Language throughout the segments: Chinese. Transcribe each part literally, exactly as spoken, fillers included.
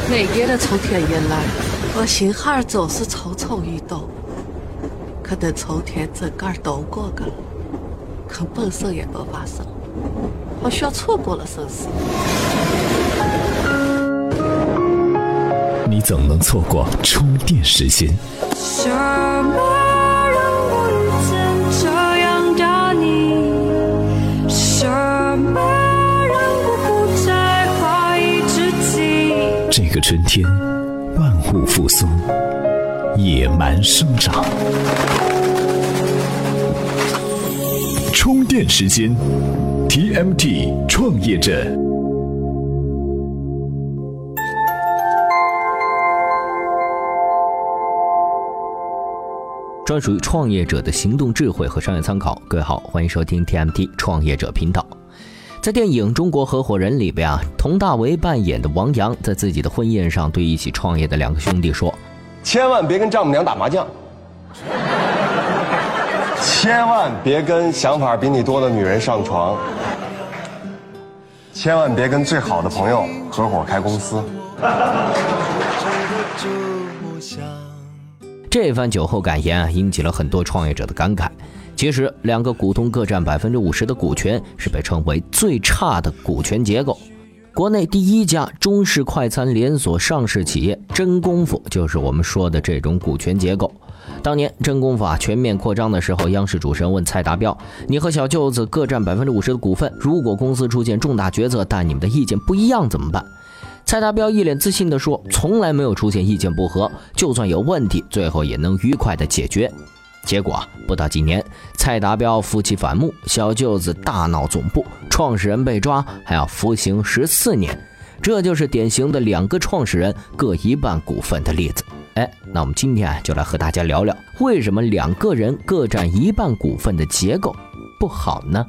每年的秋天一来，我心哈儿总是蠢蠢欲动。可等秋天整个儿都过去了，可本身也没发生，好像错过了生死。 你怎能错过充电时间？ 什么让我遇见这样的你？什么让我不再怀疑自己？ 这个春天，万物复苏，野蛮生长。充电时间 ，T M T 创业者。 专属于创业者的行动智慧和商业参考。各位好，欢迎收听 T M T 创业者频道。在电影《中国合伙人》里边啊，佟大为扮演的王阳在自己的婚宴上对一起创业的两个兄弟说： 千万别跟丈母娘打麻将，千万别跟想法比你多的女人上床，千万别跟最好的朋友合伙开公司。 这番酒后感言啊，引起了很多创业者的感慨。其实，两个股东各占百分之五十的股权，是被称为最差的股权结构。国内第一家中式快餐连锁上市企业真功夫，就是我们说的这种股权结构。当年真功夫啊全面扩张的时候，央视主持人问蔡达标：“你和小舅子各占百分之五十的股份，如果公司出现重大决策，但你们的意见不一样怎么办？”蔡达标一脸自信地说：“从来没有出现意见不合，就算有问题，最后也能愉快地解决。”结果啊，不到几年，蔡达标夫妻反目，小舅子大闹总部，创始人被抓，还要服刑十四年。这就是典型的两个创始人各一半股份的例子。哎，那我们今天啊，就来和大家聊聊，为什么两个人各占一半股份的结构不好呢？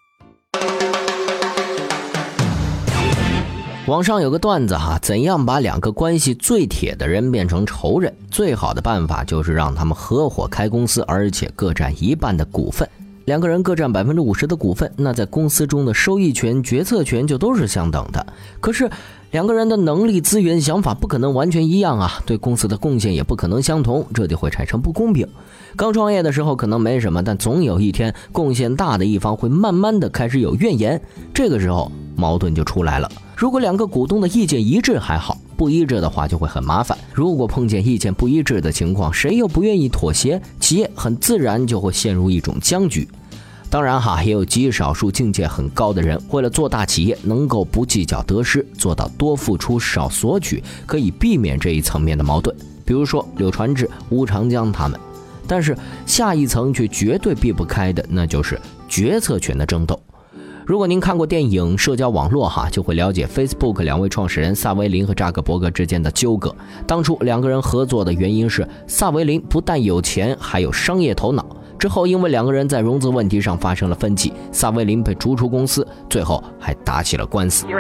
网上有个段子哈，怎样把两个关系最铁的人变成仇人？最好的办法就是让他们合伙开公司，而且各占一半的股份。两个人各占百分之五十的股份，那在公司中的收益权、决策权就都是相等的。可是两个人的能力、资源、想法不可能完全一样啊，对公司的贡献也不可能相同，这就会产生不公平。刚创业的时候可能没什么，但总有一天贡献大的一方会慢慢的开始有怨言，这个时候矛盾就出来了。如果两个股东的意见一致还好，不一致的话就会很麻烦。如果碰见意见不一致的情况，谁又不愿意妥协，企业很自然就会陷入一种僵局。当然哈，也有极少数境界很高的人，为了做大企业，能够不计较得失，做到多付出少索取，可以避免这一层面的矛盾。比如说柳传志、吴长江他们。但是下一层却绝对避不开的，那就是决策权的争斗。如果您看过电影社交网络哈，就会了解 Facebook 两位创始人萨维林和扎克伯格之间的纠葛。当初两个人合作的原因是，萨维林不但有钱，还有商业头脑。之后因为两个人在融资问题上发生了分歧，萨维林被逐出公司，最后还打起了官司。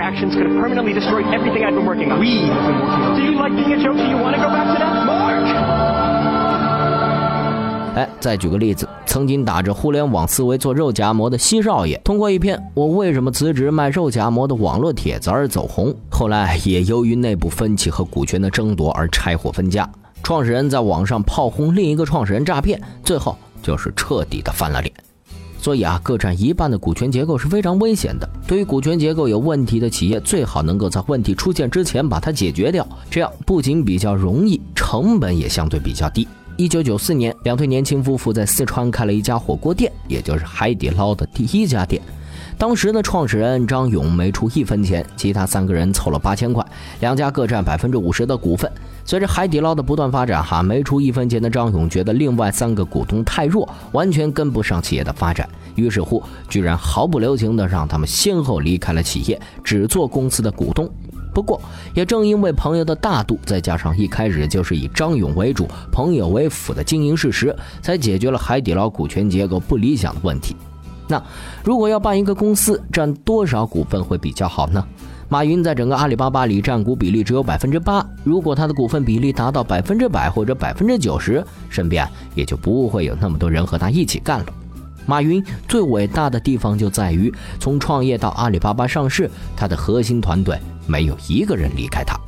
哎，再举个例子，曾经打着互联网思维做肉夹馍的奚少爷，通过一篇我为什么辞职卖肉夹馍的网络帖子而走红，后来也由于内部分歧和股权的争夺而拆伙分家。创始人在网上炮轰另一个创始人诈骗，最后就是彻底的翻了脸。所以啊，各占一半的股权结构是非常危险的。对于股权结构有问题的企业，最好能够在问题出现之前把它解决掉，这样不仅比较容易，成本也相对比较低。一九九四年，两对年轻夫妇在四川开了一家火锅店，也就是海底捞的第一家店。当时的创始人张勇没出一分钱，其他三个人凑了八千块，两家各占百分之五十的股份。随着海底捞的不断发展，哈，没出一分钱的张勇觉得另外三个股东太弱，完全跟不上企业的发展，于是乎，居然毫不留情地让他们先后离开了企业，只做公司的股东。不过也正因为朋友的大度，再加上一开始就是以张勇为主朋友为辅的经营事实，才解决了海底捞股权结构不理想的问题。那如果要办一个公司，占多少股份会比较好呢？马云在整个阿里巴巴里占股比例只有 百分之八， 如果他的股份比例达到百分之百或者百分之九十，身边也就不会有那么多人和他一起干了。马云最伟大的地方就在于，从创业到阿里巴巴上市，他的核心团队没有一个人离开他。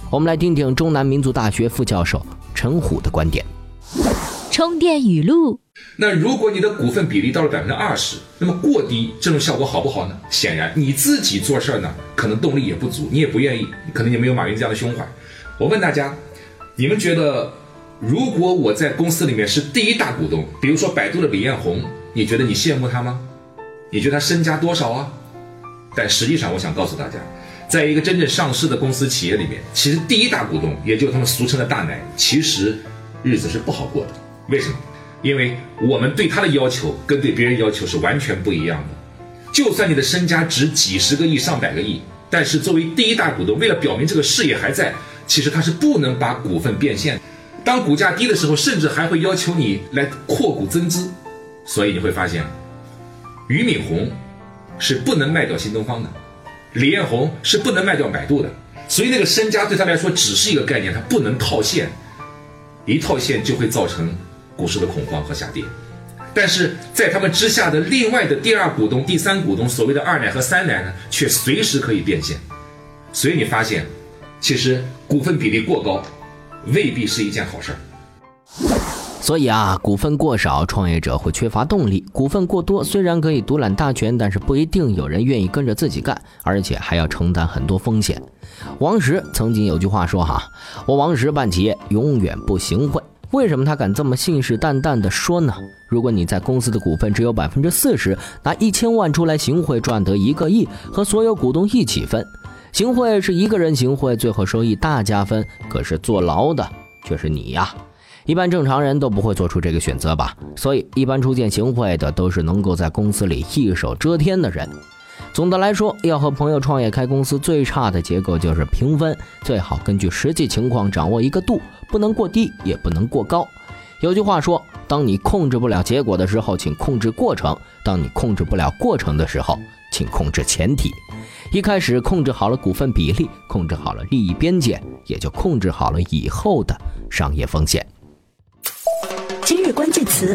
我们来听听中南民族大学副教授陈虎的观点。 充电语录。 那如果你的股份比例到了 百分之二十， 那么过低，这种效果好不好呢？显然你自己做事呢，可能动力也不足，你也不愿意，可能也没有马云这样的胸怀。我问大家，你们觉得如果我在公司里面是第一大股东，比如说百度的李彦宏，你觉得你羡慕他吗？你觉得他身家多少啊？但实际上我想告诉大家，在一个真正上市的公司企业里面，其实第一大股东，也就是他们俗称的大奶，其实日子是不好过的。为什么？因为我们对他的要求跟对别人要求是完全不一样的。就算你的身家值几十个亿上百个亿，但是作为第一大股东，为了表明这个事业还在，其实他是不能把股份变现的。当股价低的时候，甚至还会要求你来扩股增资。所以你会发现，俞敏洪是不能卖掉新东方的，李彦宏是不能卖掉百度的，所以那个身家对他来说只是一个概念，他不能套现，一套现就会造成股市的恐慌和下跌。但是在他们之下的另外的第二股东、第三股东，所谓的二奶和三奶呢，却随时可以变现。所以你发现，其实股份比例过高未必是一件好事儿。 所以啊，股份过少，创业者会缺乏动力；股份过多，虽然可以独揽大权，但是不一定有人愿意跟着自己干，而且还要承担很多风险。王石曾经有句话说哈，我王石办企业永远不行贿。为什么他敢这么信誓旦旦地说呢？如果你在公司的股份只有 百分之四十， 拿一千万出来行贿赚得一个亿，和所有股东一起分。行贿是一个人行贿，最后收益大家分，可是坐牢的却是你呀。一般正常人都不会做出这个选择吧，所以一般出现行贿的都是能够在公司里一手遮天的人。总的来说，要和朋友创业开公司，最差的结构就是平分，最好根据实际情况掌握一个度，不能过低，也不能过高。有句话说，当你控制不了结果的时候，请控制过程；当你控制不了过程的时候，请控制前提。一开始控制好了股份比例，控制好了利益边界，也就控制好了以后的商业风险。 今日关键词。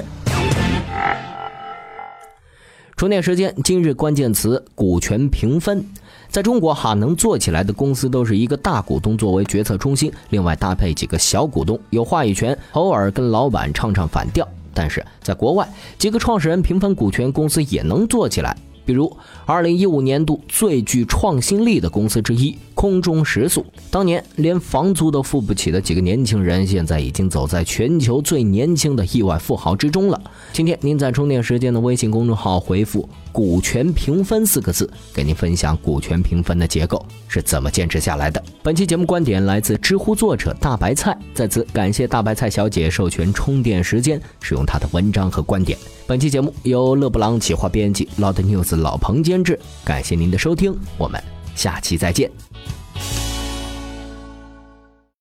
充电时间，今日关键词：股权平分。在中国哈，能做起来的公司都是一个大股东作为决策中心，另外搭配几个小股东有话语权，偶尔跟老板唱唱反调。但是在国外，几个创始人平分股权，公司也能做起来。比如二零一五年度最具创新力的公司之一空中食宿，当年连房租都付不起的几个年轻人，现在已经走在全球最年轻的亿万富豪之中了。今天您在充电时间的微信公众号回复股权平分四个字，给您分享股权平分的结构是怎么坚持下来的。本期节目观点来自知乎作者大白菜，在此感谢大白菜小姐授权充电时间使用她的文章和观点。本期节目由勒布朗企划编辑， Loud News 老彭监制，感谢您的收听，我们下期再见。